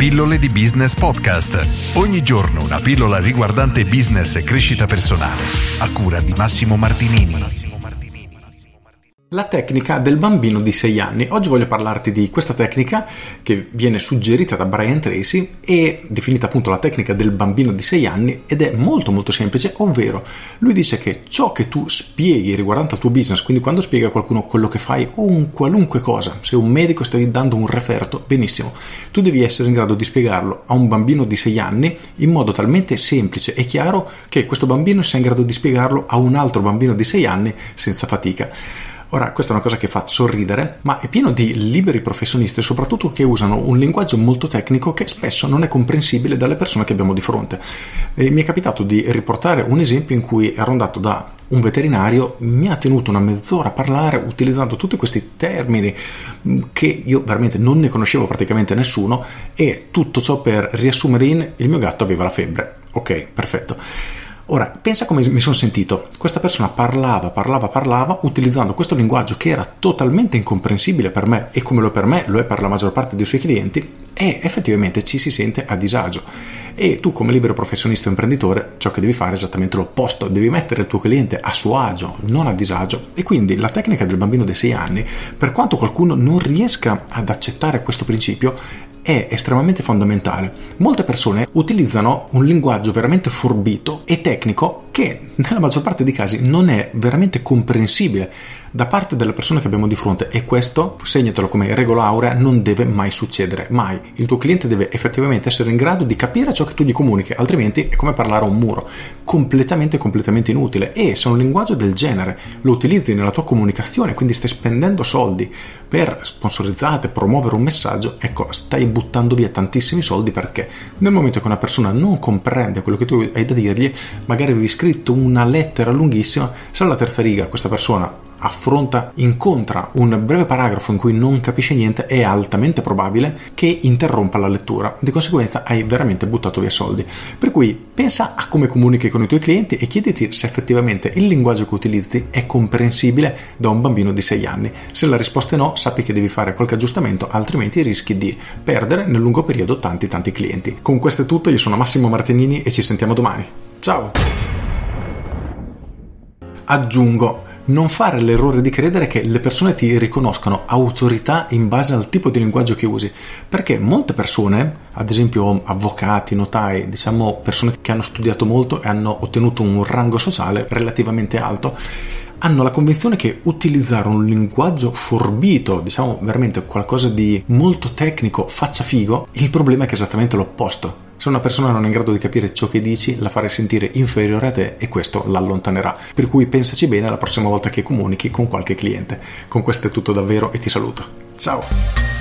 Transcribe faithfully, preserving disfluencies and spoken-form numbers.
Pillole di Business Podcast. Ogni giorno una pillola riguardante business e crescita personale. A cura di Massimo Martinini. La tecnica del bambino di sei anni. Oggi voglio parlarti di questa tecnica che viene suggerita da Brian Tracy e definita appunto la tecnica del bambino di sei anni, ed è molto molto semplice, ovvero lui dice che ciò che tu spieghi riguardante al tuo business, quindi quando spieghi a qualcuno quello che fai o un qualunque cosa, se un medico stai dando un referto, benissimo, tu devi essere in grado di spiegarlo a un bambino di sei anni in modo talmente semplice e chiaro che questo bambino sia in grado di spiegarlo a un altro bambino di sei anni senza fatica. Ora, questa è una cosa che fa sorridere, ma è pieno di liberi professionisti, soprattutto che usano un linguaggio molto tecnico che spesso non è comprensibile dalle persone che abbiamo di fronte. E mi è capitato di riportare un esempio in cui ero andato da un veterinario, mi ha tenuto una mezz'ora a parlare utilizzando tutti questi termini che io veramente non ne conoscevo praticamente nessuno, e tutto ciò per riassumere in: il mio gatto aveva la febbre. Ok, perfetto. Ora, pensa come mi sono sentito. Questa persona parlava, parlava, parlava, utilizzando questo linguaggio che era totalmente incomprensibile per me, e come lo è per me, lo è per la maggior parte dei suoi clienti, e effettivamente ci si sente a disagio. E tu, come libero professionista o imprenditore, ciò che devi fare è esattamente l'opposto. Devi mettere il tuo cliente a suo agio, non a disagio. E quindi la tecnica del bambino dei sei anni, per quanto qualcuno non riesca ad accettare questo principio, è estremamente fondamentale. Molte persone utilizzano un linguaggio veramente forbito e tecnico che nella maggior parte dei casi non è veramente comprensibile da parte delle persone che abbiamo di fronte, e questo, segnatelo come regola aurea, non deve mai succedere, mai. Il tuo cliente deve effettivamente essere in grado di capire ciò che tu gli comunichi, altrimenti è come parlare a un muro, completamente completamente inutile. E se un linguaggio del genere lo utilizzi nella tua comunicazione, quindi stai spendendo soldi per sponsorizzate, promuovere un messaggio, ecco, stai buttando via tantissimi soldi, perché nel momento che una persona non comprende quello che tu hai da dirgli, magari avevi scritto una lettera lunghissima, se alla terza riga questa persona affronta, incontra un breve paragrafo in cui non capisce niente, è altamente probabile che interrompa la lettura. Di conseguenza hai veramente buttato via soldi. Per cui pensa a come comunichi con i tuoi clienti e chiediti se effettivamente il linguaggio che utilizzi è comprensibile da un bambino di sei anni. Se la risposta è no, sappi che devi fare qualche aggiustamento, altrimenti rischi di perdere nel lungo periodo tanti tanti clienti. Con questo è tutto, io sono Massimo Martinini e ci sentiamo domani. Ciao! Aggiungo: non fare l'errore di credere che le persone ti riconoscano autorità in base al tipo di linguaggio che usi, perché molte persone, ad esempio avvocati, notai, diciamo persone che hanno studiato molto e hanno ottenuto un rango sociale relativamente alto, hanno la convinzione che utilizzare un linguaggio forbito, diciamo veramente qualcosa di molto tecnico, faccia figo. Il problema è che è esattamente l'opposto. Se una persona non è in grado di capire ciò che dici, la farai sentire inferiore a te e questo l'allontanerà. Per cui pensaci bene la prossima volta che comunichi con qualche cliente. Con questo è tutto davvero e ti saluto. Ciao!